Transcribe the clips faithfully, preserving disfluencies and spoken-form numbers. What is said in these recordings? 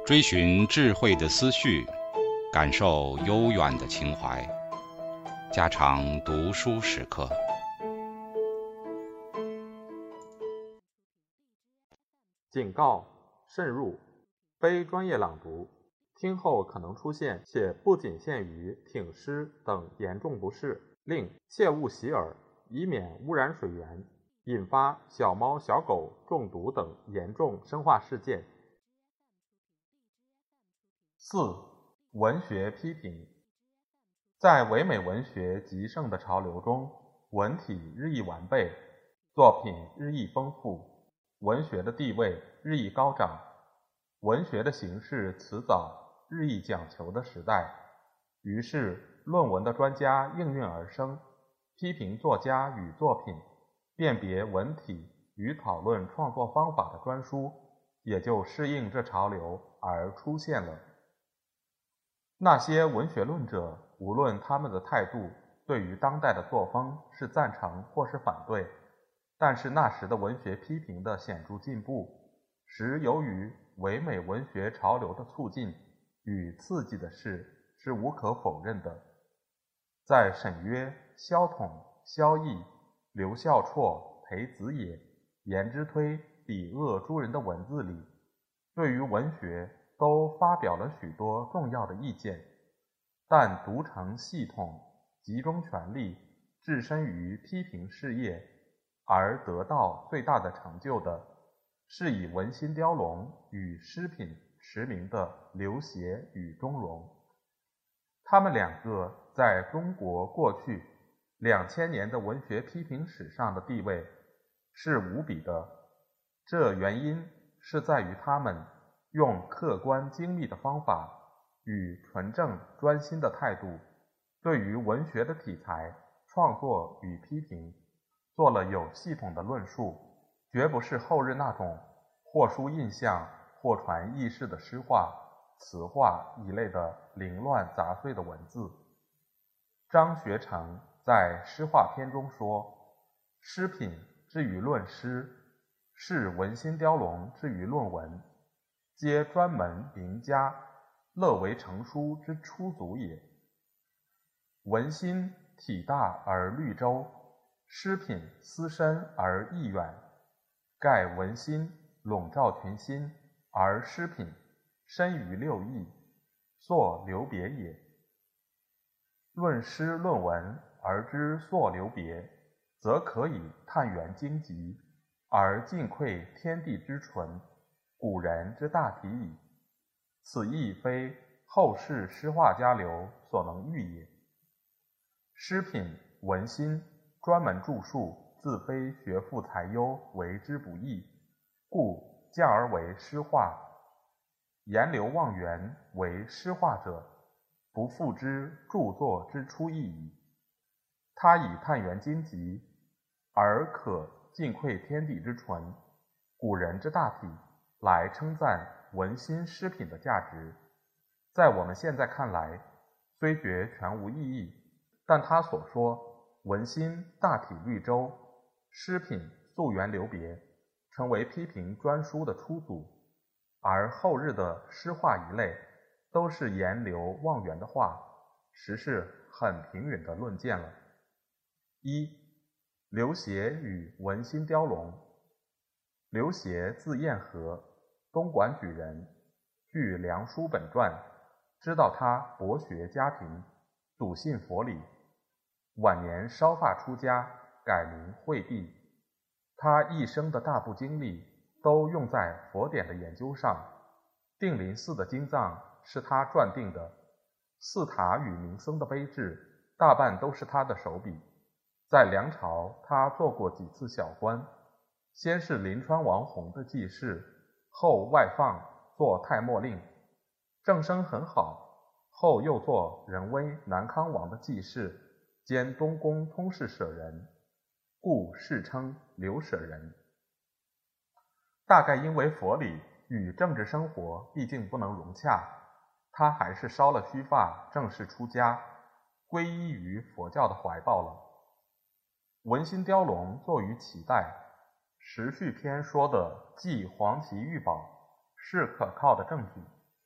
追寻智慧的思绪，感受悠远的情怀，家常读书时刻。 警告：慎入，非专业朗读，听后可能出现且不仅限于挺尸等严重不适，另切勿洗耳，以免污染水源，引发小猫小狗中毒等严重生化事件。四、文学批评。在唯美文学极盛的潮流中，文体日益完备，作品日益丰富，文学的地位日益高涨，文学的形式辞藻日益讲求的时代，于是论文的专家应运而生，批评作家与作品，辨别文体与讨论创作方法的专书也就适应这潮流而出现了。那些文学论者，无论他们的态度对于当代的作风是赞成或是反对，但是那时的文学批评的显著进步，实由于唯美文学潮流的促进与刺激的事是无可否认的。在沈约、萧统、萧绎、刘孝绰、裴子野、颜之推、李鄂诸人的文字里，对于文学都发表了许多重要的意见，但独成系统，集中权力，置身于批评事业，而得到最大的成就的，是以《文心雕龙》与《诗品》驰名的刘勰与钟嵘。他们两个在中国过去两千年的文学批评史上的地位是无比的，这原因是在于他们用客观精密的方法与纯正专心的态度，对于文学的题材、创作与批评做了有系统的论述，绝不是后日那种或书印象、或传意识的诗话、词话一类的凌乱杂碎的文字。张学成在诗话篇中说：“诗品之于论诗，是文心雕龙之于论文，皆专门名家乐为成书之初祖也。文心体大而虑周，诗品思深而意远，盖文心笼罩群心，而诗品深于六艺，所留别也。论诗论文而知所留别，则可以探源经籍，而尽窥天地之纯，古人之大体矣。此亦非后世诗画家流所能喻也。诗品、文心专门著述，自非学富才优为之不易，故降而为诗画。言流忘源为诗画者，不复之著作之初意矣。他以探源经籍，而可尽窥天地之纯，古人之大体，来称赞文心诗品的价值。在我们现在看来，虽觉全无意义，但他所说文心大体绿洲，诗品溯源留别，成为批评专书的初祖，而后日的诗画一类都是言流忘源的话，实是很平允的论剑了。一、刘勰与文心雕龙。刘勰字彦和，东莞举人，据《梁书本传》知道他博学家庭，笃信佛理，晚年烧发出家，改名惠帝。他一生的大部精力都用在佛典的研究上，定林寺的经藏是他撰定的，寺塔与名僧的碑志大半都是他的手笔。在梁朝，他做过几次小官，先是临川王弘的记事，后外放做太墨令，政声很好，后又做仁威南康王的记事，兼东宫通事舍人，故世称刘舍人。大概因为佛理与政治生活毕竟不能融洽，他还是烧了须发，正式出家，皈依于佛教的怀抱了。文心雕龙作于齐代，时序篇说的祭黄旗玉宝是可靠的证据，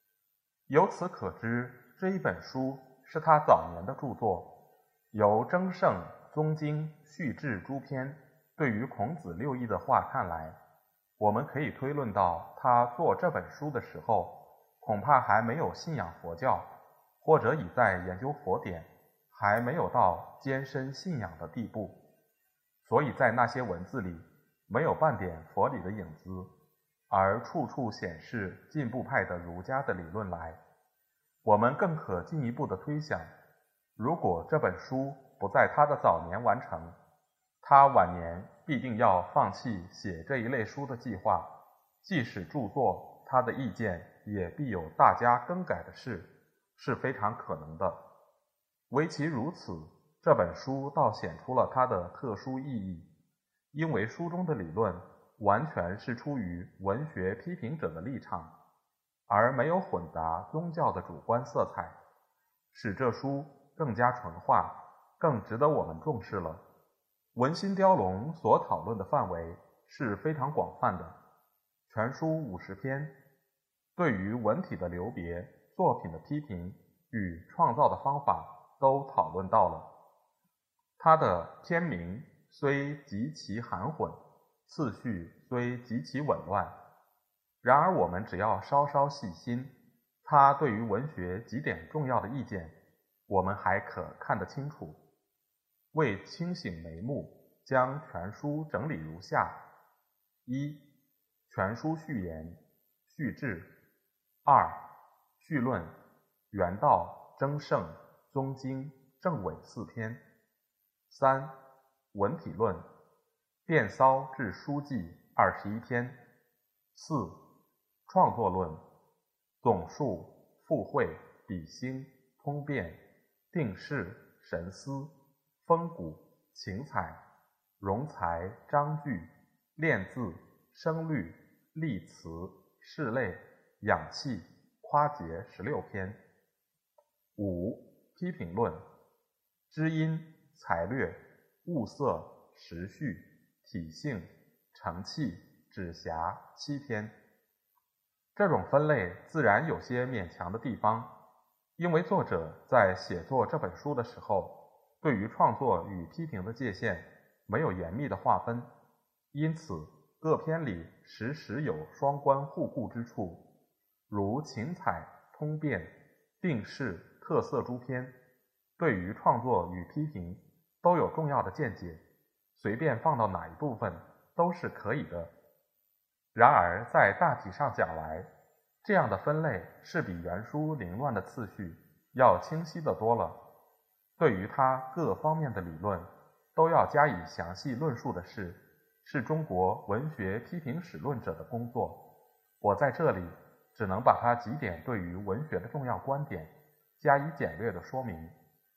由此可知，这一本书是他早年的著作。由征盛、宗经、续志诸篇对于孔子六艺的话看来，我们可以推论到他做这本书的时候，恐怕还没有信仰佛教，或者已在研究佛典，还没有到艰深信仰的地步，所以在那些文字里没有半点佛理的影子，而处处显示进步派的儒家的理论来。我们更可进一步的推想，如果这本书不在他的早年完成，他晚年必定要放弃写这一类书的计划，即使著作，他的意见也必有大加更改的事，是非常可能的。唯其如此，这本书倒显出了它的特殊意义，因为书中的理论完全是出于文学批评者的立场，而没有混杂宗教的主观色彩，使这书更加纯化，更值得我们重视了。文心雕龙所讨论的范围是非常广泛的，全书五十篇，对于文体的流别、作品的批评与创造的方法都讨论到了。它的篇名虽极其含混，次序虽极其紊乱，然而我们只要稍稍细心，它对于文学几点重要的意见，我们还可看得清楚。为清醒眉目，将全书整理如下：一、全书序言、序志；二、序论、原道、征盛、宗经、正伪四篇；三、文体论，变骚至书记二十一篇；四、创作论，总述、附会、比兴、通变、定式、神思、风骨、情采、容才、章句、练字、声律、例词、事类、养气、夸节十六篇；五、批评论，知音、才略、物色、时序、体性、成器、指辖七篇。这种分类自然有些勉强的地方，因为作者在写作这本书的时候，对于创作与批评的界限没有严密的划分，因此各篇里时时有双关互顾之处，如情采、通变、定式、特色诸篇，对于创作与批评都有重要的见解，随便放到哪一部分都是可以的。然而在大体上讲来，这样的分类是比原书凌乱的次序要清晰得多了。对于它各方面的理论都要加以详细论述的事，是中国文学批评史论者的工作。我在这里只能把它几点对于文学的重要观点加以简略的说明。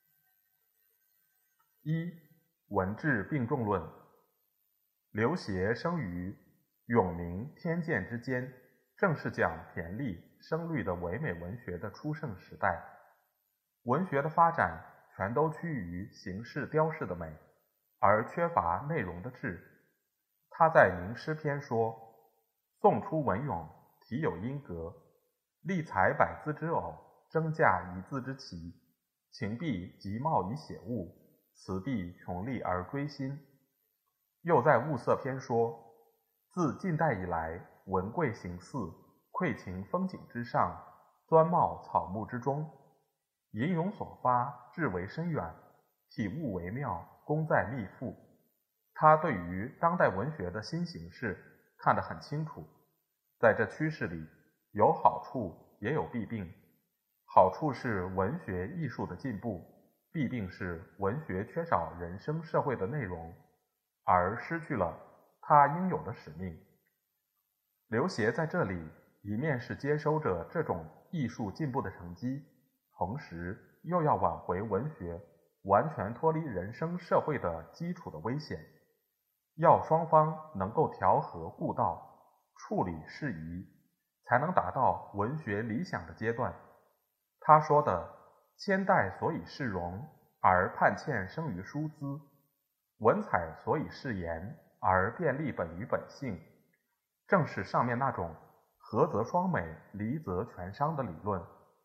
一、文治并重论。刘勰生于永明天监之间，正是讲骈俪、声律的唯美文学的初盛时代。文学的发展全都趋于形式雕饰的美，而缺乏内容的质。他在《名诗篇》说：“宋初文咏，体有音格，立采百字之偶，征架一字之奇，情必极貌以写物，词必穷丽而追新。”又在《物色篇》说：“自近代以来，文贵形似，窥情风景之上，钻茂草木之中，吟咏所发，志为深远，体悟为妙，功在密腹。”他对于当代文学的新形势看得很清楚，在这趋势里有好处也有弊病。好处是文学艺术的进步，弊病是文学缺少人生社会的内容，而失去了它应有的使命。刘勰在这里一面是接收着这种艺术进步的成绩，同时又要挽回文学完全脱离人生社会的基础的危险，要双方能够调和顾道，处理事宜，才能达到文学理想的阶段。他说的千代所以是容，而判欠生于疏资，文采所以是言，而便利本于本性，正是上面那种合则双美，离则全伤的理论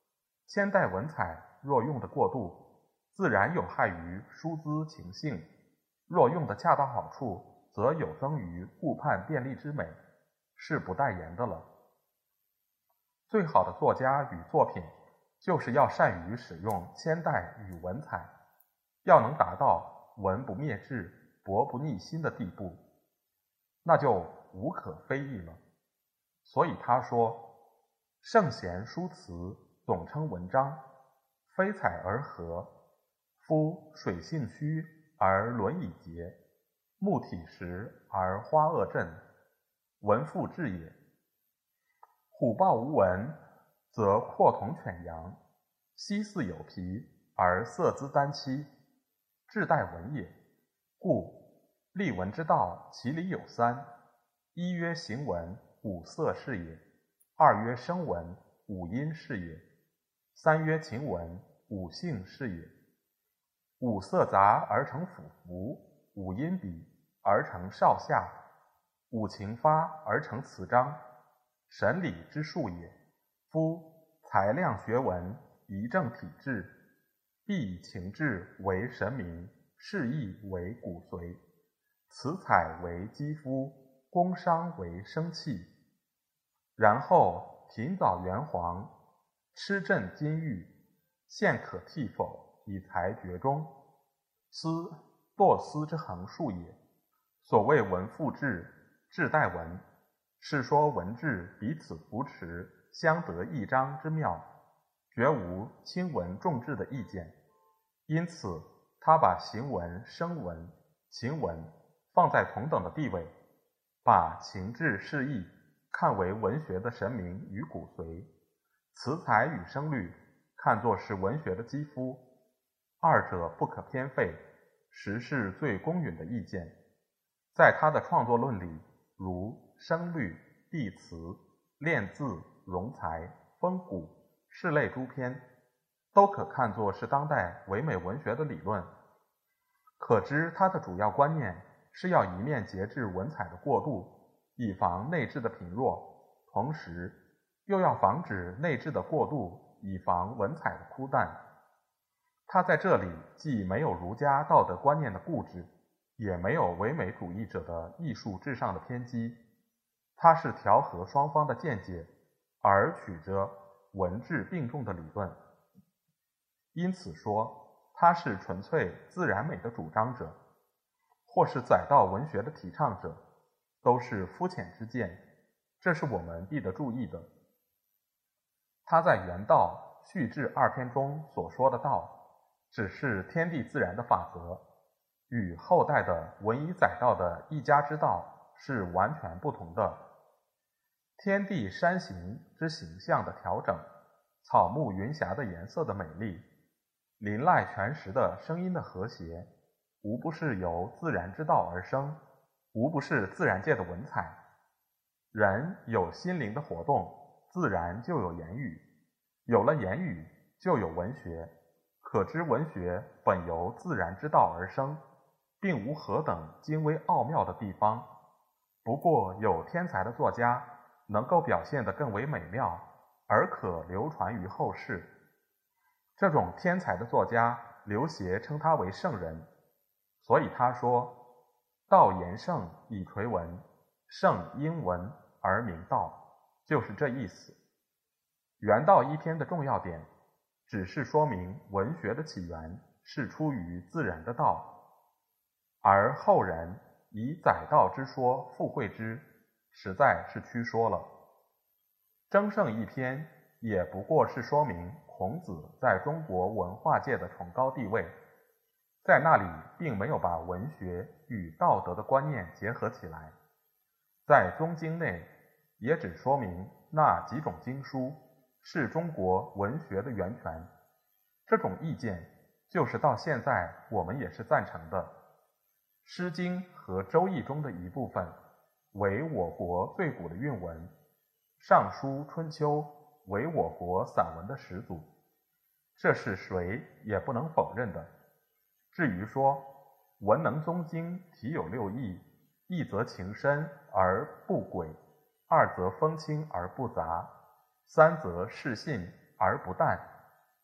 千代文采若用的过度，自然有害于疏姿情性；若用的恰到好处，则有增于顾盼便利之美，是不待言的了。最好的作家与作品，就是要善于使用千代与文采，要能达到文不灭志，博不逆心的地步，那就无可非议了。所以他说，圣贤书辞总称文章，非采而合，夫水性虚而轮以洁，木体实而花萼正，文复志也。虎豹无闻，则阔同犬羊，兮似有皮，而色姿丹漆，志待文也。故立文之道，其理有三：一曰行文，五色是也；二曰声文，五音是也；三曰情文，五性是也。五色杂而成府服，五音比而成少夏，五情发而成词章，神理之术也。夫才量学文，仪正体制，必以情志为神明，事意为骨髓，辞采为肌肤，工商为生气。然后品藻圆黄，吃振金玉，现可替否，以才决中。斯堕思之横数也。所谓文复志，志待文，是说文志彼此扶持，相得益彰之妙，绝无轻文重志的意见。因此他把行文、声文、情文放在同等的地位，把情志事意看为文学的神明与骨髓，词采与声律看作是文学的肌肤，二者不可偏废，实是最公允的意见。在他的创作论里，如声律、递词、练字、容才、风骨、是类诸篇，都可看作是当代唯美文学的理论。可知他的主要观念是要一面节制文采的过度，以防内质的贫弱，同时又要防止内质的过度，以防文采的枯淡。他在这里既没有儒家道德观念的固执，也没有唯美主义者的艺术至上的偏激，他是调和双方的见解，而取着文质并重的理论。因此说，他是纯粹自然美的主张者，或是载道文学的提倡者，都是肤浅之见，这是我们必得注意的。他在《原道》序志二篇中所说的道，只是天地自然的法则，与后代的文以载道的一家之道是完全不同的。天地山形之形象的调整，草木云霞的颜色的美丽，林籁泉石的声音的和谐，无不是由自然之道而生，无不是自然界的文采。人有心灵的活动，自然就有言语，有了言语就有文学，可知文学本由自然之道而生，并无何等精微奥妙的地方，不过有天才的作家能够表现得更为美妙，而可流传于后世。这种天才的作家，刘勰称他为圣人，所以他说，道言圣以垂文，圣因文而明道，就是这意思。原道一篇的重要点，只是说明文学的起源是出于自然的道，而后人以载道之说附会之，实在是曲说了。争胜一篇也不过是说明孔子在中国文化界的崇高地位，在那里并没有把文学与道德的观念结合起来。在中经内也只说明那几种经书是中国文学的源泉，这种意见就是到现在我们也是赞成的。诗经和周易中的一部分为我国最古的韵文，尚书春秋为我国散文的始祖，这是谁也不能否认的。至于说文能宗经体有六艺，一则情深而不诡，二则风轻而不杂，三则适信而不淡，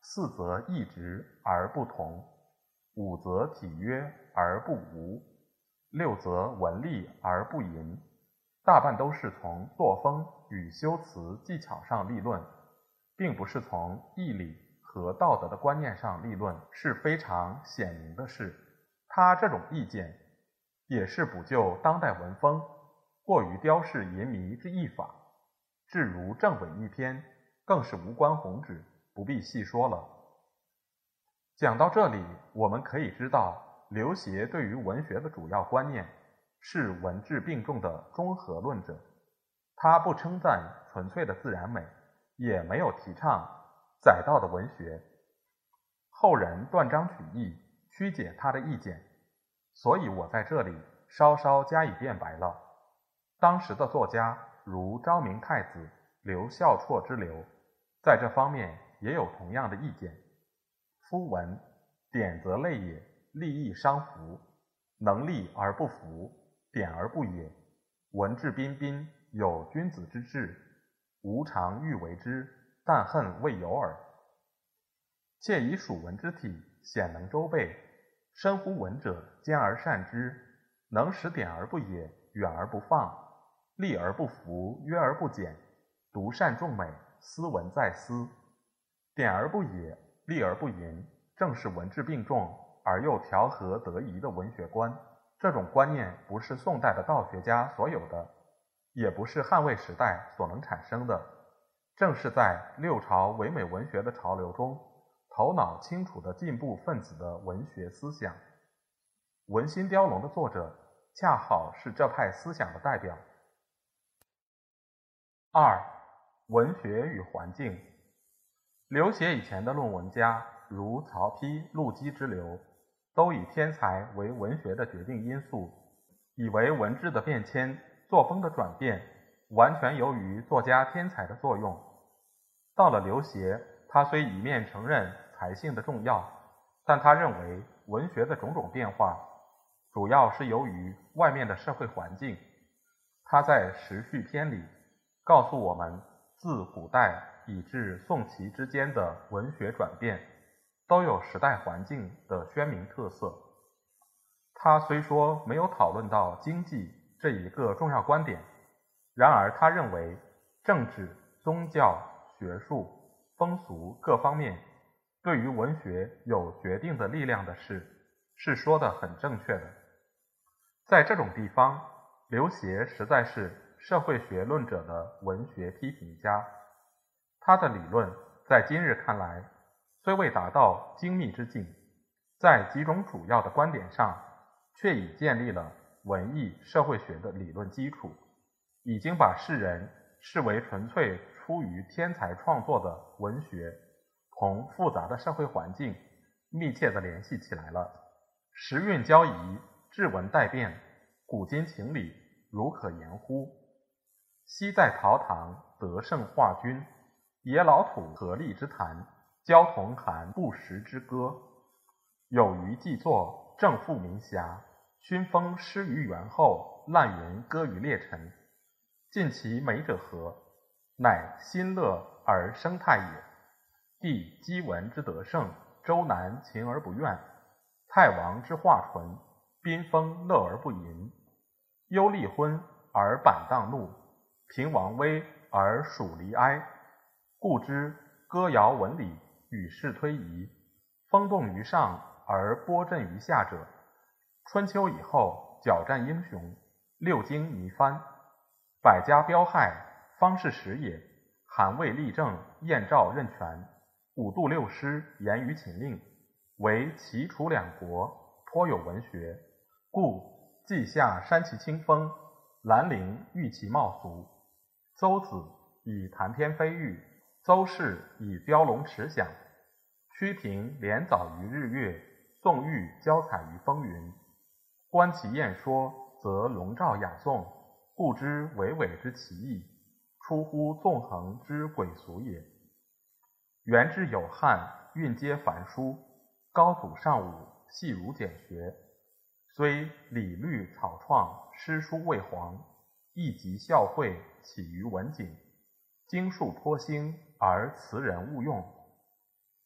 四则异直而不同，五则体约而不无，六则文丽而不淫，大半都是从作风与修辞技巧上立论，并不是从义理和道德的观念上立论，是非常显明的事。他这种意见也是补救当代文风过于雕饰淫靡之意法，至如政委一篇更是无关宏旨，不必细说了。讲到这里，我们可以知道刘勰对于文学的主要观念是文质并重的中和论者，他不称赞纯粹的自然美，也没有提倡载道的文学。后人断章取义，曲解他的意见，所以我在这里稍稍加以辩白了。当时的作家如昭明太子刘孝绰之流，在这方面也有同样的意见。夫文，点则类也，立意伤服，能立而不服，点而不也。文质彬彬，有君子之志，吾常欲为之，但恨未有耳。窃以属文之体，显能周备，深乎文者，兼而善之，能使点而不也，远而不放，立而不服，约而不减，独善重美，斯文在斯。点而不也，立而不淫，正是文质并重而又调和得宜的文学观。这种观念不是宋代的道学家所有的，也不是汉魏时代所能产生的，正是在六朝唯美文学的潮流中，头脑清楚的进步分子的文学思想。文心雕龙的作者恰好是这派思想的代表。二、文学与环境。刘勰以前的论文家如曹丕、陆机之流，都以天才为文学的决定因素，以为文质的变迁、作风的转变完全由于作家天才的作用。到了刘勰，他虽一面承认才性的重要，但他认为文学的种种变化主要是由于外面的社会环境。他在时序篇里告诉我们，自古代以至宋齐之间的文学转变都有时代环境的鲜明特色。他虽说没有讨论到经济这一个重要观点，然而他认为政治、宗教、学术、风俗各方面对于文学有决定的力量的事，是说得很正确的。在这种地方，刘勰实在是社会学论者的文学批评家。他的理论在今日看来虽未达到精密之境，在几种主要的观点上却已建立了文艺社会学的理论基础，已经把世人视为纯粹出于天才创作的文学同复杂的社会环境密切地联系起来了。时运交移，志文代变，古今情理如可言乎？昔在陶唐，德胜化君，野老土合力之谈，交同寒不时之歌。有余既作，正负名遐，熏风施于原后，烂云歌于列尘。尽其美者何？乃心乐而生态也。帝姬文之德胜，周南勤而不怨，太王之化纯，宾风乐而不淫。忧厉昏而板荡怒，平王危而属离哀。故知歌谣文理，与世推移，风动于上而波震于下者，春秋以后矫战英雄，六经弥帆，百家彪悍，方是时也。韩魏立政，燕赵任权，五度六师，严于秦令，为齐楚两国颇有文学。故稷下山其清风，兰陵郁其貌俗。邹子以谈翩飞玉，邹氏以雕龙驰响，屈平连藻于日月，宋玉交彩于风云。观其演说，则笼罩雅颂，故知娓娓之奇异，出乎纵横之诡俗也。元至有汉，韵皆繁书，高祖上武，细如简学。虽礼律草创，诗书未黄，亦及孝惠，起于文景。经术颇兴，而词人勿用。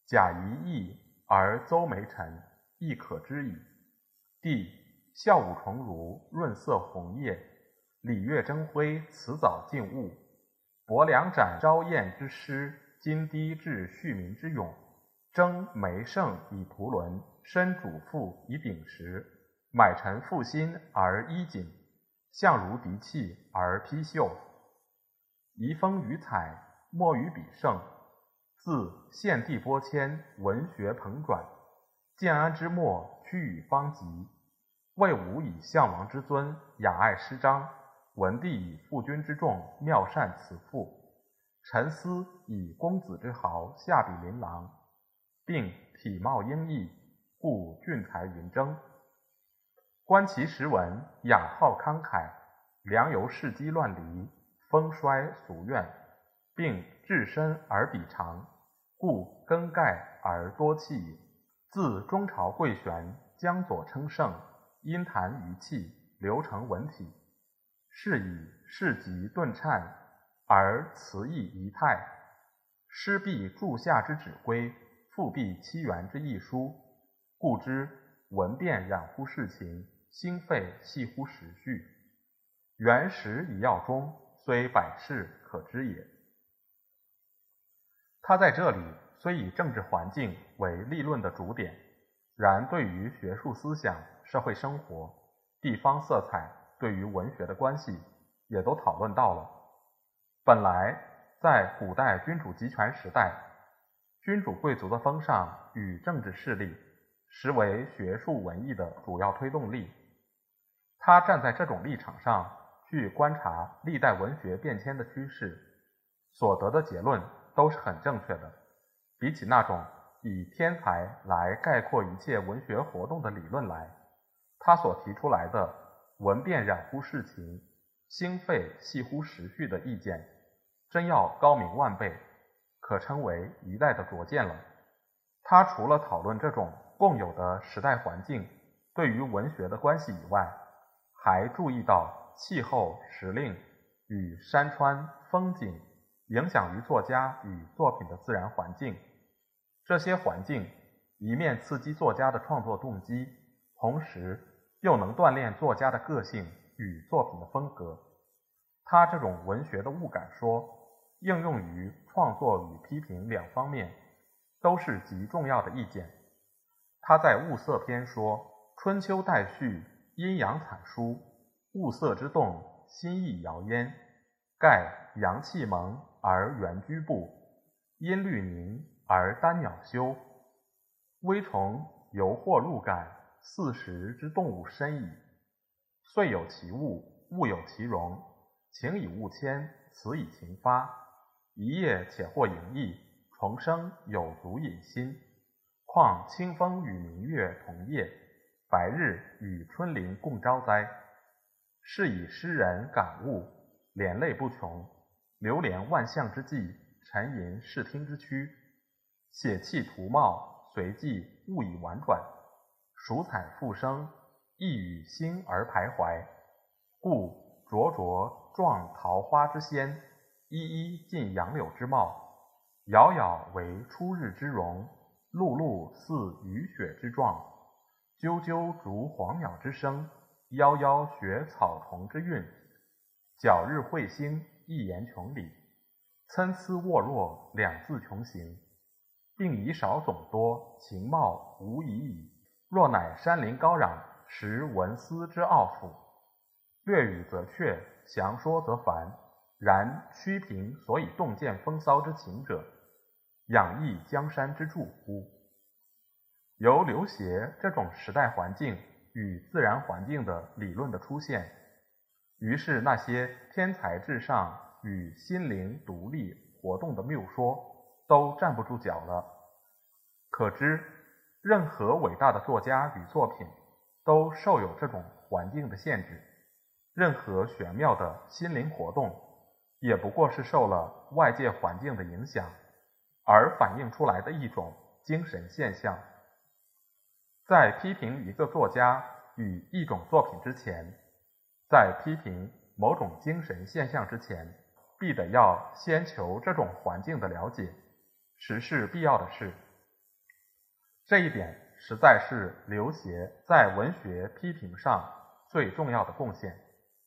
假一义而邹眉臣，亦可知矣。帝孝武重儒，润色红叶，礼乐争辉，辞藻尽物。博良展昭彦之师，金堤至恤民之勇。征梅盛以图伦，申主父以秉实。买臣负心而衣锦，相如涤器而披绣。移风于彩，莫于笔盛。自献帝拨迁，文学蓬转。建安之末，趋于方极。魏武以项王之尊，雅爱诗章；文帝以父君之重，妙善辞赋；陈思以公子之豪，下笔琳琅，并体貌英毅，故俊才云蒸。观其时文，雅浩慷慨，良由事迹乱离，风衰俗怨，并至深而笔长，故更盖而多气也。自中朝贵玄，江左称圣，因谈于气，流成文体，是以事极顿颤，而词意仪态。诗必注下之指归，赋必七元之一书，故知文变染乎事情，心肺系乎时序。原始以要中，虽百事可知也。他在这里虽以政治环境为立论的主点，然对于学术思想、社会生活、地方色彩对于文学的关系也都讨论到了。本来在古代君主集权时代，君主贵族的风尚与政治势力实为学术文艺的主要推动力。他站在这种立场上去观察历代文学变迁的趋势，所得的结论都是很正确的。比起那种以天才来概括一切文学活动的理论来，他所提出来的文变染乎事情，心肺系乎时序的意见，真要高明万倍，可称为一代的拙见了。他除了讨论这种共有的时代环境对于文学的关系以外，还注意到气候、时令与山川、风景影响于作家与作品的自然环境。这些环境一面刺激作家的创作动机，同时又能锻炼作家的个性与作品的风格。他这种文学的物感说，应用于创作与批评两方面，都是极重要的意见。他在物色篇说：春秋代序，阴阳惨疏，物色之动，心意摇焉。盖阳气蒙而圆居布，阴律凝而丹鸟休。微虫游或入感，四时之动物深矣。岁有其物，物有其容，情以物迁，词以情发。一夜且或盈溢，重生有足隐心。况清风与明月同夜，白日与春林共朝哉。是以诗人感悟，连累不穷，流连万象之际，沉吟视听之区。写气图貌，随即物以婉转，蜀采复生，意与心而徘徊。故灼灼状桃花之鲜，依依尽杨柳之貌，杳杳为初日之容，碌碌似雨雪之状，啾啾逐黄鸟之声，夭夭学草虫之韵。皎日彗星，一言穷理，参差沃若，两字穷行。并以少总多，情貌无疑矣。若乃山林高壤，识文思之奥府。略语则确，详说则繁。然屈平所以洞见风骚之情者，仰翳江山之柱乎？由刘勰这种时代环境与自然环境的理论的出现，于是那些天才至上与心灵独立活动的谬说都站不住脚了。可知任何伟大的作家与作品都受有这种环境的限制，任何玄妙的心灵活动也不过是受了外界环境的影响而反映出来的一种精神现象。在批评一个作家与一种作品之前，在批评某种精神现象之前，必得要先求这种环境的了解。实是必要的事， 这一点实在是刘勰在文学批评上最重要的贡献。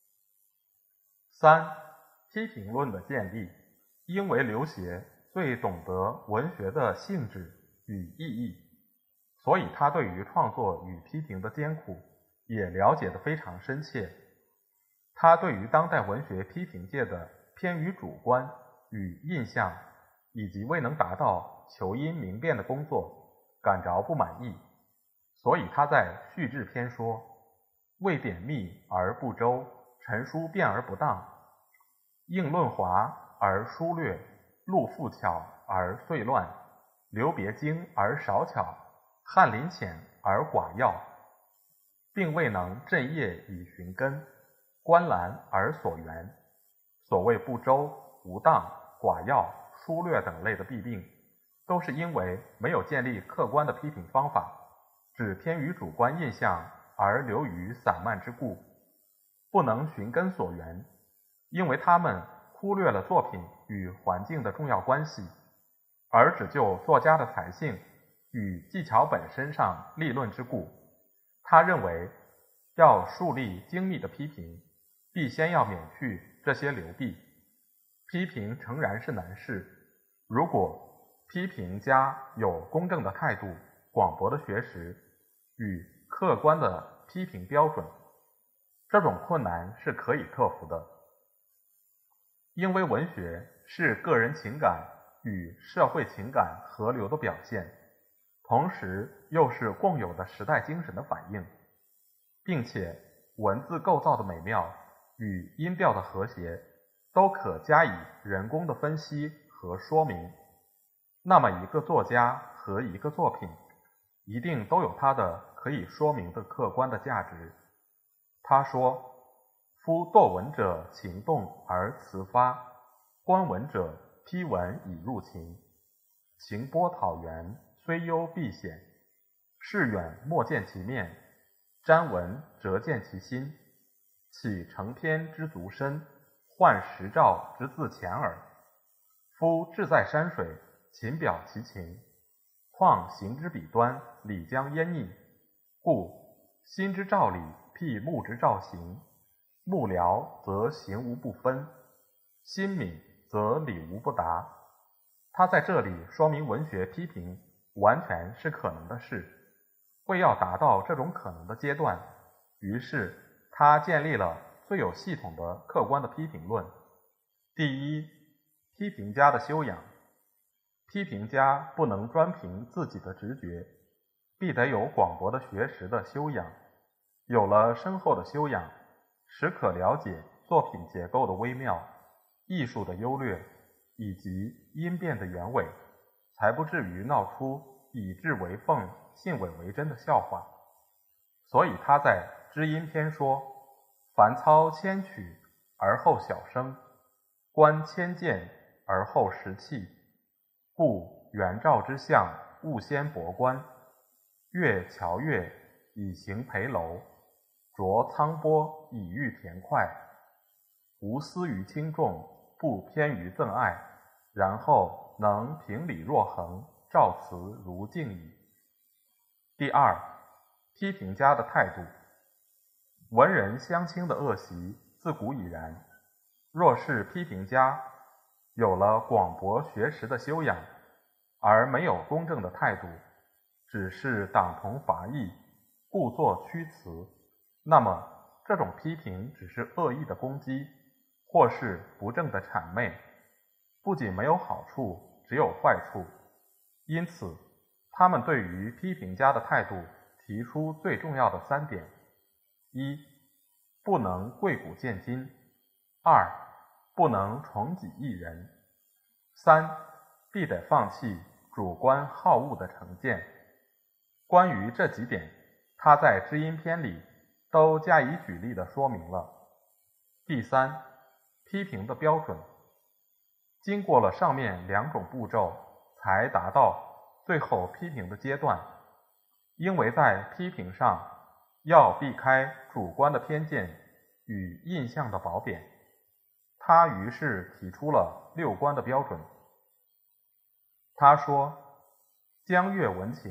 三、批评论的建立。因为刘勰最懂得文学的性质与意义，所以他对于创作与批评的艰苦也了解得非常深切。他对于当代文学批评界的偏于主观与印象，以及未能达到求因明辨的工作感着不满意，所以他在序志篇说：谓典密而不周，陈书辩而不当，应论华而疏略，录复巧而遂乱，留别精而少巧，翰林浅而寡要，并未能振业以寻根，观澜而所源。所谓不周、无当、寡要、疏略等类的弊病，都是因为没有建立客观的批评方法，只偏于主观印象而流于散漫之故，不能寻根所源，因为他们忽略了作品与环境的重要关系，而只就作家的才性与技巧本身上立论之故。他认为要树立精密的批评，必先要免去这些流弊。批评诚然是难事，如果批评家有公正的态度、广博的学识与客观的批评标准，这种困难是可以克服的。因为文学是个人情感与社会情感合流的表现，同时又是共有的时代精神的反映，并且文字构造的美妙与音调的和谐都可加以人工的分析和说明，那么一个作家和一个作品一定都有它的可以说明的客观的价值。他说：夫惰文者情动而辞发，观文者批文以入情，情波讨源，虽幽必显，视远莫见其面，瞻文则见其心，岂成篇之足深，换实照之自浅耳。夫志在山水，勤表其情，况行之彼端，理将焉逆？故心之照理，辟目之照行。目辽则行无不分，心敏则理无不达。他在这里说明文学批评完全是可能的事。为要达到这种可能的阶段，于是他建立了最有系统的客观的批评论。第一，批评家的修养。批评家不能专凭自己的直觉，必得有广博的学识的修养。有了深厚的修养，使可了解作品结构的微妙、艺术的优劣以及音变的原委，才不至于闹出以质为凤、信伪为真的笑话。所以他在知音篇说：凡操千曲而后小声，观千剑而后识气，故元照之象勿先博观，越桥月以行陪楼，着苍波以御田快，无私于轻重，不偏于赠爱，然后能平理若衡，照辞如镜矣。第二，批评家的态度。文人相轻的恶习自古已然，若是批评家有了广博学识的修养，而没有公正的态度，只是党同伐异，故作屈辞，那么这种批评只是恶意的攻击，或是不正的谄媚，不仅没有好处，只有坏处。因此他们对于批评家的态度提出最重要的三点：一、不能贵古见今；二、不能崇己益人；三、必得放弃主观好恶的成见。关于这几点，他在知音篇里都加以举例的说明了。第三，批评的标准。经过了上面两种步骤，才达到最后批评的阶段。因为在批评上要避开主观的偏见与印象的褒贬，他于是提出了六观的标准。他说：江月文情，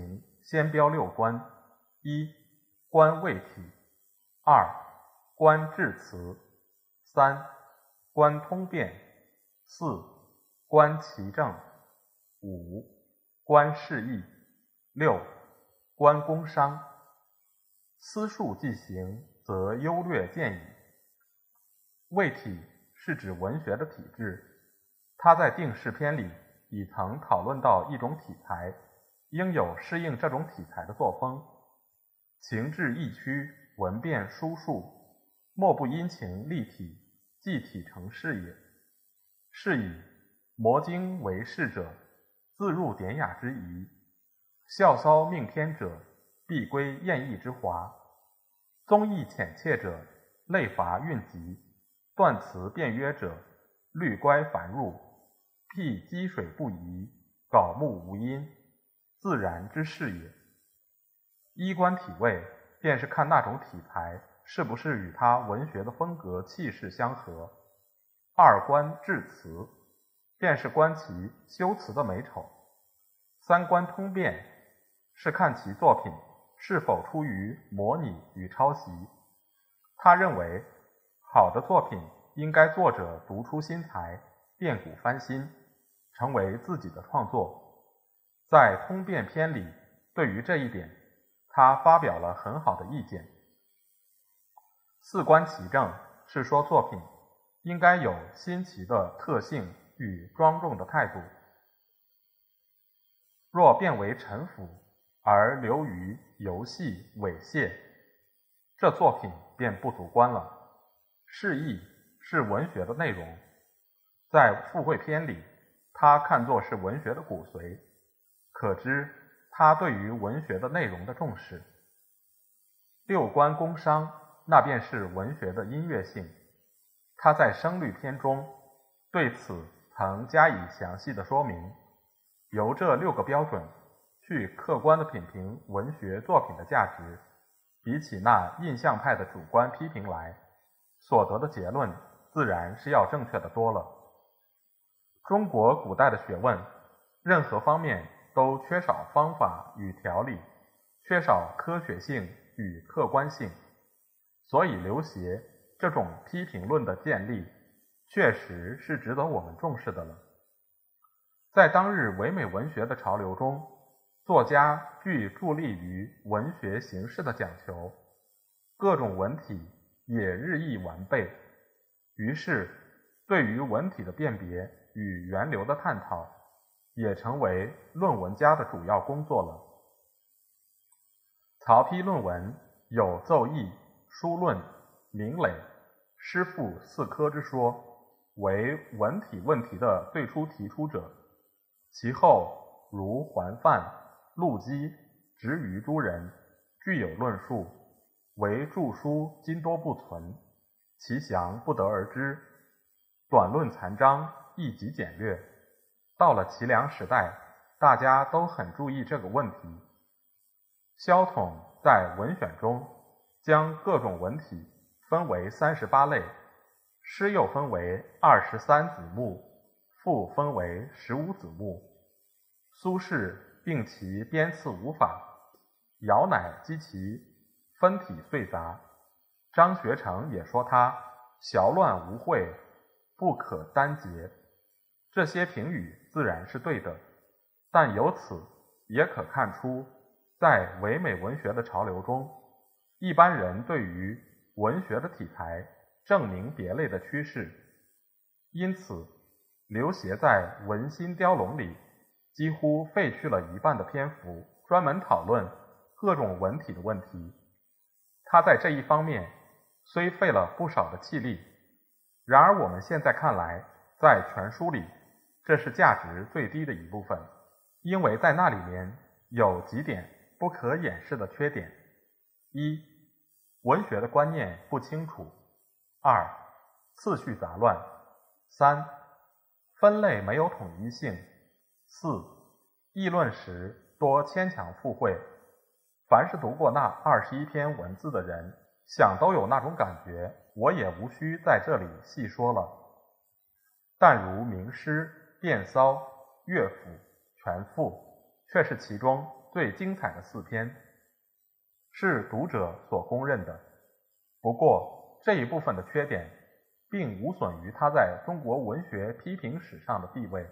先标六观：一、观谓体；二、观致辞；三、观通变；四、观其正；五、观释义；六、观工商。思数既行，则优劣见矣。谓体是指文学的体制，他在定式篇里已曾讨论到一种体裁应有适应这种体裁的作风，情志意曲，文变书数，莫不因情立体，即体成事也。是以摩经为事者，自入典雅之仪；笑骚命天者，必归艳逸之华；综艺浅切者，类乏韵极；断词变约者，律乖繁入；辟积水不移，槁木无音，自然之事也。一观体味，便是看那种体裁是不是与他文学的风格气势相合；二观致辞，便是观其修辞的美丑；三观通变，是看其作品是否出于模拟与抄袭。他认为好的作品应该作者独出心裁，变古翻新，成为自己的创作。在通变篇里，对于这一点他发表了很好的意见。四观其正，是说作品应该有新奇的特性与庄重的态度，若变为陈腐而流于游戏猥亵，这作品便不足观了。释义是文学的内容，在附会篇里他看作是文学的骨髓，可知他对于文学的内容的重视。六观工商，那便是文学的音乐性，他在声律篇中对此曾加以详细的说明。由这六个标准去客观地品评文学作品的价值，比起那印象派的主观批评来，所得的结论自然是要正确的多了。中国古代的学问，任何方面都缺少方法与条理，缺少科学性与客观性，所以刘勰这种批评论的建立，确实是值得我们重视的了。在当日唯美文学的潮流中，作家具助力于文学形式的讲求，各种文体也日益完备，于是对于文体的辨别与源流的探讨，也成为论文家的主要工作了。曹丕论文有奏议、书论、明垒、诗赋四科之说，为文体问题的最初提出者。其后如桓范、陆机、执于诸人，具有论述，唯著书今多不存，其详不得而知，短论残章，亦极简略。到了齐梁时代，大家都很注意这个问题。萧统在文选中将各种文体分为三十八类，诗又分为二十三子目，赋分为十五子目。苏轼并其编次无法，姚鼐讥其分体碎杂，张学成也说他淆乱无会，不可单结。这些评语自然是对的，但由此也可看出，在唯美文学的潮流中，一般人对于文学的体裁正明别类的趋势。因此刘勰在《文心雕龙》里几乎废去了一半的篇幅，专门讨论各种文体的问题。他在这一方面虽费了不少的气力，然而我们现在看来，在全书里这是价值最低的一部分，因为在那里面有几点不可掩饰的缺点：一、文学的观念不清楚；二、次序杂乱；三、分类没有统一性；四、议论时多牵强附会。凡是读过那二十一篇文字的人，想都有那种感觉，我也无需在这里细说了。但如名诗、变骚、乐府、全赋，却是其中最精彩的四篇，是读者所公认的。不过这一部分的缺点并无损于他在中国文学批评史上的地位。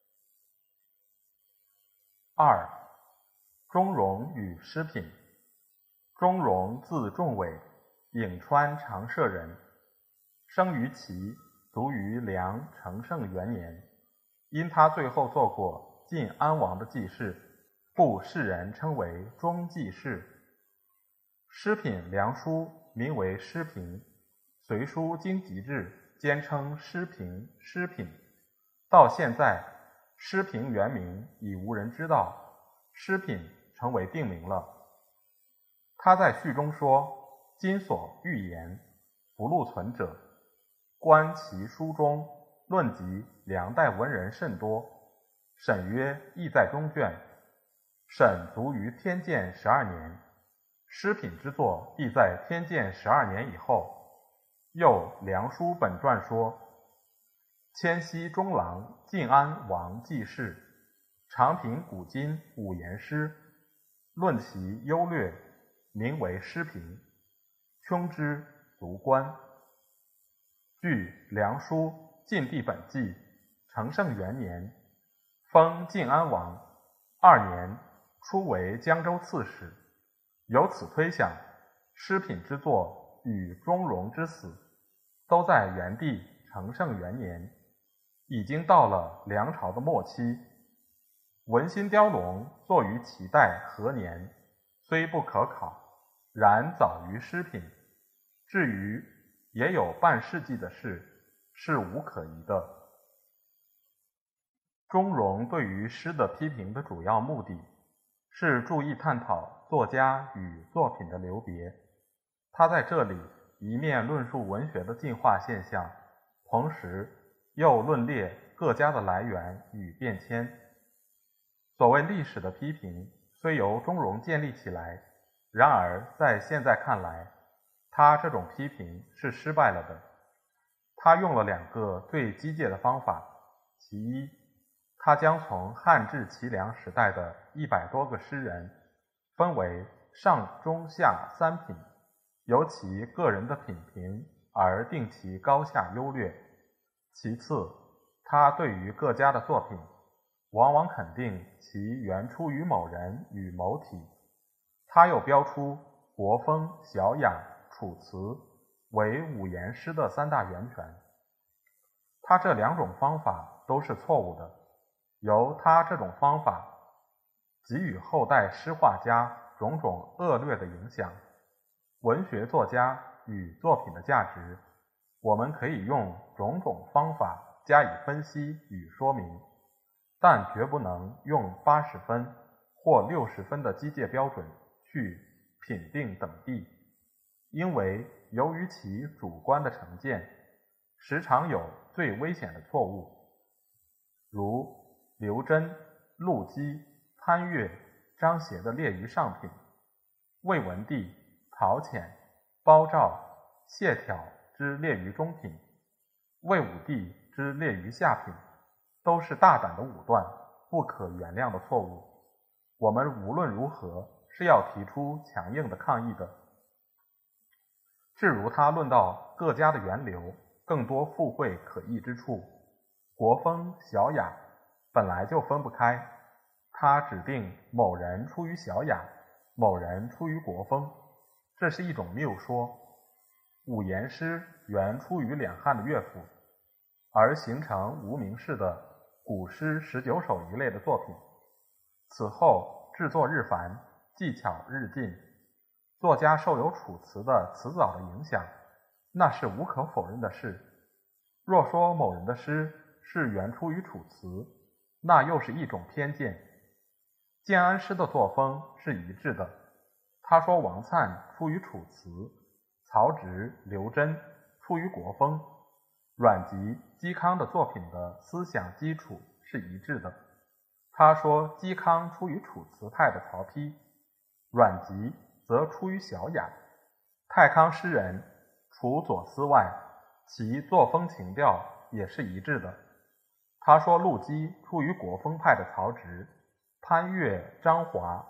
二、钟嵘与诗品。钟嵘字仲伟，颍川长社人，生于齐，卒于梁成圣元年。因他最后做过晋安王的记事，故世人称为钟记事。诗品梁书名为诗评，隋书经籍志兼称诗评、诗品。到现在，诗评原名已无人知道，诗品成为定名了。他在序中说：“今所欲言，不录存者，观其书中论及梁代文人甚多。沈曰亦在中卷。沈卒于天监十二年，诗品之作必在天监十二年以后。”又梁书本传说：“迁西中郎晋安王记事，常评古今五言诗，论其优劣，名为诗评。匈之，卒观。”据梁书晋帝本纪，成圣元年，封晋安王，二年初为江州刺史。由此推想，诗品之作与钟嵘之死都在元帝成圣元年，已经到了梁朝的末期。文心雕龙作于齐代何年，虽不可考，然早于诗品。至于也有半世纪的事，是无可疑的。钟嵘对于诗的批评的主要目的是注意探讨作家与作品的流别。他在这里一面论述文学的进化现象，同时又论列各家的来源与变迁。所谓历史的批评虽由钟嵘建立起来，然而在现在看来，他这种批评是失败了的。他用了两个最机械的方法。其一，他将从汉至齐梁时代的一百多个诗人分为上中下三品，由其个人的品评而定其高下优劣。其次，他对于各家的作品往往肯定其原出于某人与某体。他又标出国风、小雅、楚辞为五言诗的三大源泉。他这两种方法都是错误的。由他这种方法给予后代诗画家种种恶劣的影响。文学作家与作品的价值，我们可以用种种方法加以分析与说明，但绝不能用八十分或六十分的机械标准去品定等地，因为由于其主观的成见，时常有最危险的错误，如刘桢、陆机、潘岳、张协的列于上品，魏文帝、陶潜、包照、谢朓之列于中品，魏武帝之列于下品，都是大胆的武断，不可原谅的错误。我们无论如何是要提出强硬的抗议的。至如他论到各家的源流，更多附会可议之处，国风、小雅本来就分不开，他指定某人出于小雅，某人出于国风，这是一种谬说。五言诗原出于两汉的乐府，而形成无名氏的古诗十九首一类的作品。此后制作日繁，技巧日进，作家受有楚辞的词藻的影响，那是无可否认的事。若说某人的诗是原出于楚辞，那又是一种偏见。建安诗的作风是一致的。他说王粲出于楚辞，曹植、刘桢出于国风，阮籍、嵇康的作品的思想基础是一致的。他说嵇康出于楚辞派的曹丕，阮籍则出于小雅。太康诗人除左思外，其作风情调也是一致的。他说陆机出于国风派的曹植，潘岳、张华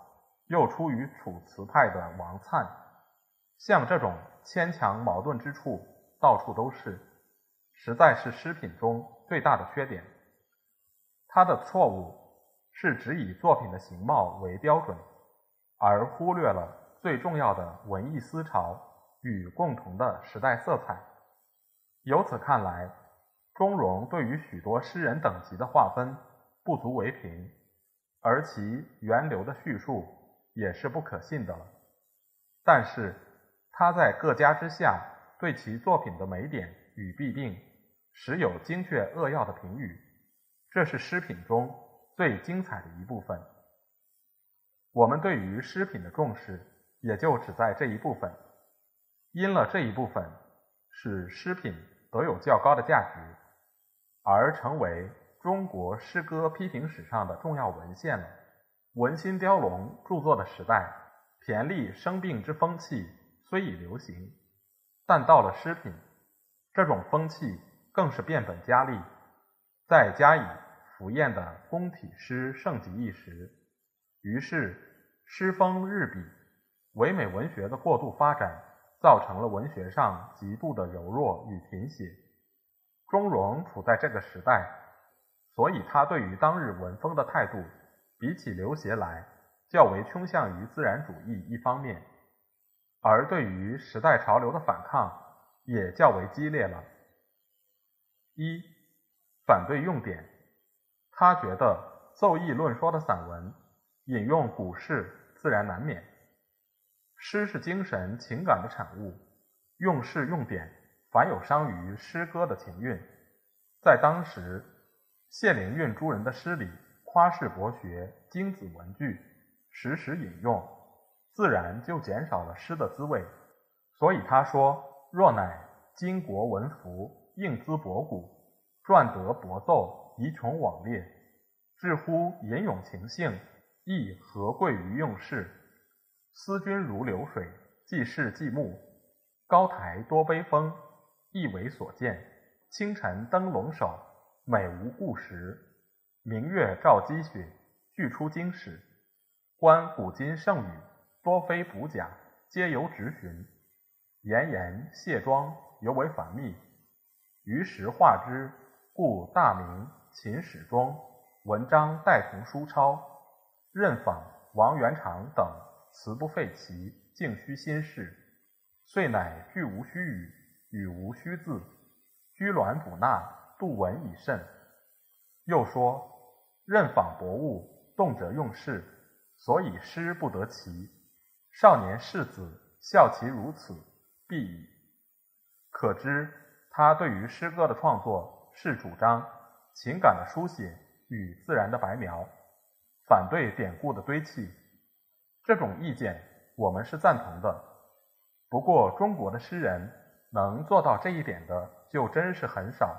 又出于楚辞派的王粲。像这种牵强矛盾之处到处都是，实在是诗品中最大的缺点。他的错误是只以作品的形貌为标准，而忽略了最重要的文艺思潮与共同的时代色彩。由此看来，钟嵘对于许多诗人等级的划分不足为凭，而其源流的叙述也是不可信的了。但是他在各家之下对其作品的美点与弊病时有精确扼要的评语，这是诗品中最精彩的一部分。我们对于诗品的重视也就只在这一部分，因了这一部分使诗品得有较高的价值，而成为中国诗歌批评史上的重要文献了。文心雕龙著作的时代，骈俪生病之风气虽已流行，但到了诗品，这种风气更是变本加厉。再加以浮艳的宫体诗盛极一时，于是诗风日比，唯美文学的过度发展造成了文学上极度的柔弱与贫血。钟嵘处在这个时代，所以他对于当日文风的态度比起刘勰来较为倾向于自然主义一方面，而对于时代潮流的反抗也较为激烈了。一、反对用典。他觉得奏议论说的散文引用古事自然难免，诗是精神情感的产物，用事用典反有伤于诗歌的情韵。在当时，谢灵运诸人的诗里夸饰博学，精子文句，时时引用，自然就减少了诗的滋味。所以他说，若乃今国文服，应兹博古，撰得博奏，宜穷往列，至乎吟咏情性，亦何贵于用事。思君如流水，既视既慕，高台多悲风，亦为所见。清晨登龙首，美无故时。明月照积雪，俱出经史。观古今盛语，多非补假，皆由直寻。言言谢庄，尤为繁密。于时画之，故大明秦史中文章带同书抄，任访王元长等词不废其，径虚心事，遂乃句无虚语，语无虚字，居鸾补纳，杜文以甚。又说，任访博物，动辄用事，所以诗不得其。少年士子效其如此，必矣。可知他对于诗歌的创作是主张情感的书写与自然的白描，反对典故的堆砌。这种意见我们是赞同的，不过中国的诗人能做到这一点的就真是很少。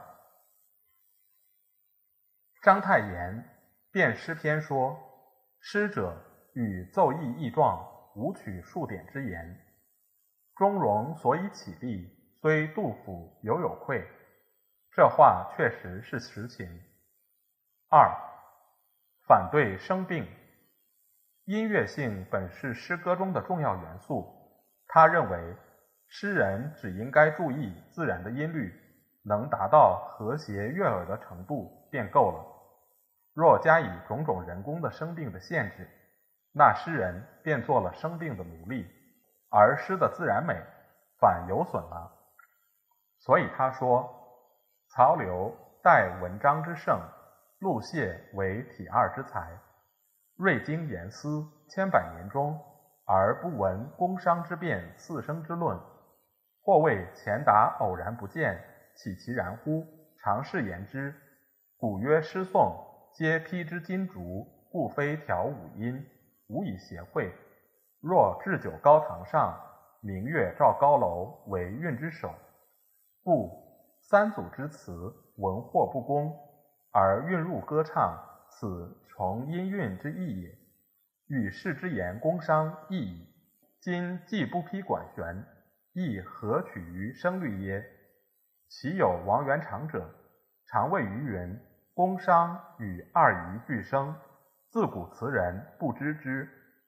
章太炎辩诗篇说，诗者与奏议义状，无取数典之言。钟嵘所以起立，虽杜甫犹有愧，这话确实是实情。二、反对生病。音乐性本是诗歌中的重要元素，他认为诗人只应该注意自然的音律，能达到和谐悦耳的程度便够了。若加以种种人工的生病的限制，那诗人便做了生病的奴隶，而诗的自然美反有损了。所以他说，曹刘代文章之盛，陆谢为体二之才，睿经严思，千百年中，而不闻工商之变，四声之论，或谓前达偶然不见，岂其然乎？常试言之。古曰诗颂，皆披之金竹，故非调五音，无以协会。若置酒高堂上，明月照高楼，为韵之首。故三组之词，文或不公，而韵入歌唱，此从音韵之意也。与世之言工商异矣。今既不披管弦，亦何取于声律耶？其有王元长者，常谓于云：工商与二仪俱生，自古词人不知之，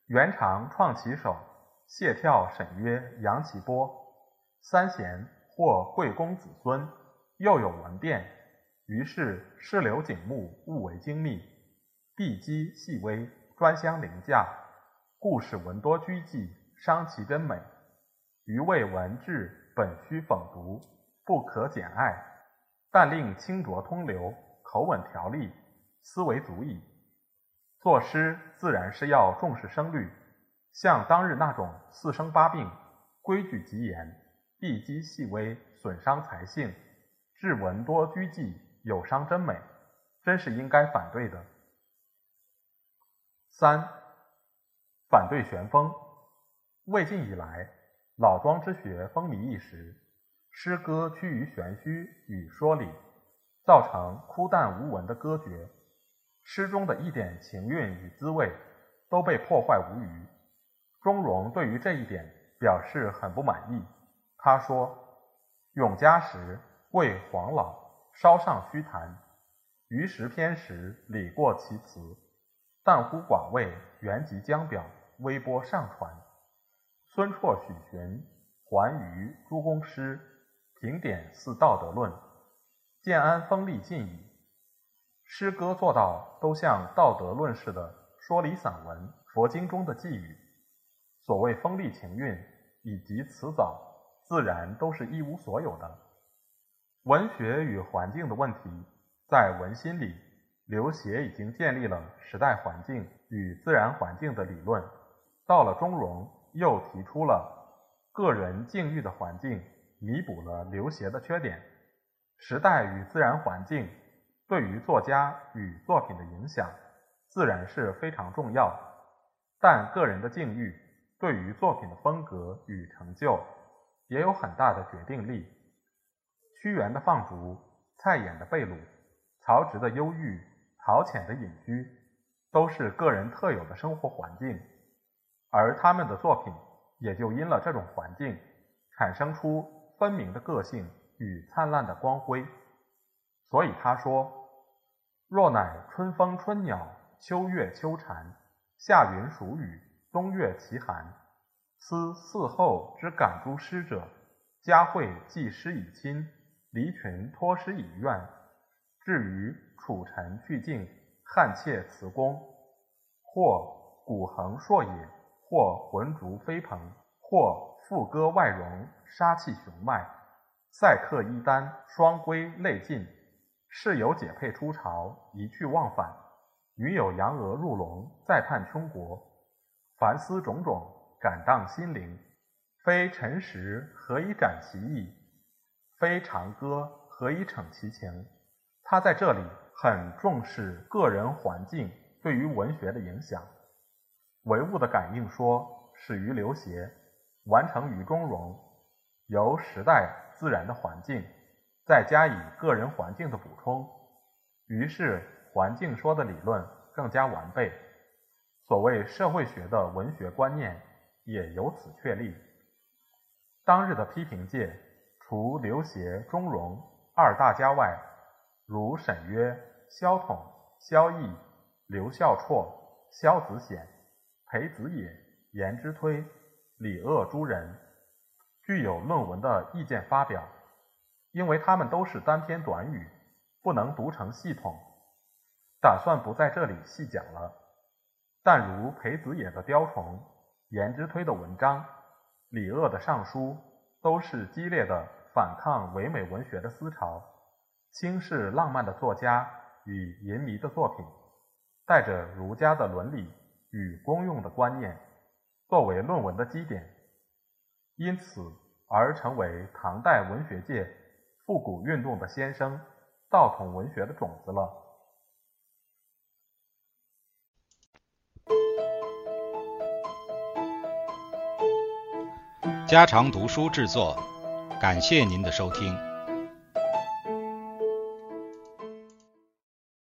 元常创其首，谢眺沈曰杨其波。三贤或贵公子孙，又有文辩，于是诗流景目，物为精密，碧肌细微，专相凌驾，故使文多居忌，伤其真美。余谓文志本须讽读，不可简爱，但令清浊通流，口吻条例，斯为足矣。作诗自然是要重视声律，像当日那种四声八病，规矩极严，碧肌细微，损伤才性，志文多拘忌，有伤真美，真是应该反对的。三、反对玄风。魏晋以来，老庄之学风靡一时，诗歌趋于玄虚与说理，造成枯淡无闻的歌诀，诗中的一点情韵与滋味都被破坏无余。钟嵘对于这一点表示很不满意，他说：永嘉时贵黄老，稍上虚谈，余时偏时理过其词，但乎寡味，原籍江表，微波上传。孙绰许询、桓瑜、诸公诗，评点似道德论，建安风力尽矣。诗歌做到都像道德论似的说理散文，佛经中的寄语。所谓风力情韵以及词藻，自然都是一无所有的。文学与环境的问题，在文心里，刘勰已经建立了时代环境与自然环境的理论，到了钟嵘又提出了个人境遇的环境，弥补了刘勰的缺点。时代与自然环境对于作家与作品的影响自然是非常重要，但个人的境遇对于作品的风格与成就也有很大的决定力。屈原的放逐，蔡琰的被掳，曹植的忧郁，陶潜的隐居，都是个人特有的生活环境，而他们的作品也就因了这种环境，产生出分明的个性与灿烂的光辉。所以他说：若乃春风春鸟，秋月秋蝉，夏云暑雨，冬月其寒，斯嗣后之感诸诗者，嘉惠寄诗以亲，离群托诗以怨。至于楚臣去境，汉妾辞宫，或鼓横硕野，或浑竹飞蓬，或赋歌外容，杀气雄迈，塞客衣单，双归泪尽，室友解佩出朝，一去忘返，女友扬娥入笼，再盼倾国，凡思种种，感荡心灵。非陈实，何以展其意？非长歌，何以逞其情？他在这里很重视个人环境对于文学的影响。唯物的感应说始于刘勰，完成于钟嵘，由时代自然的环境再加以个人环境的补充，于是环境说的理论更加完备，所谓社会学的文学观念也由此确立。当日的批评界，除刘勰、钟嵘二大家外，如沈约、萧统、萧绎、刘孝绰、萧子显、裴子野、颜之推、李鄂诸人，具有论文的意见发表，因为他们都是单篇短语，不能读成系统，打算不在这里细讲了。但如裴子野的雕虫，颜之推的文章，李鄂的上书，都是激烈的反抗唯美文学的思潮，轻视浪漫的作家与淫靡的作品，带着儒家的伦理与公用的观念作为论文的基点，因此而成为唐代文学界复古运动的先声，道统文学的种子了。 家常读书制作，感谢您的收听。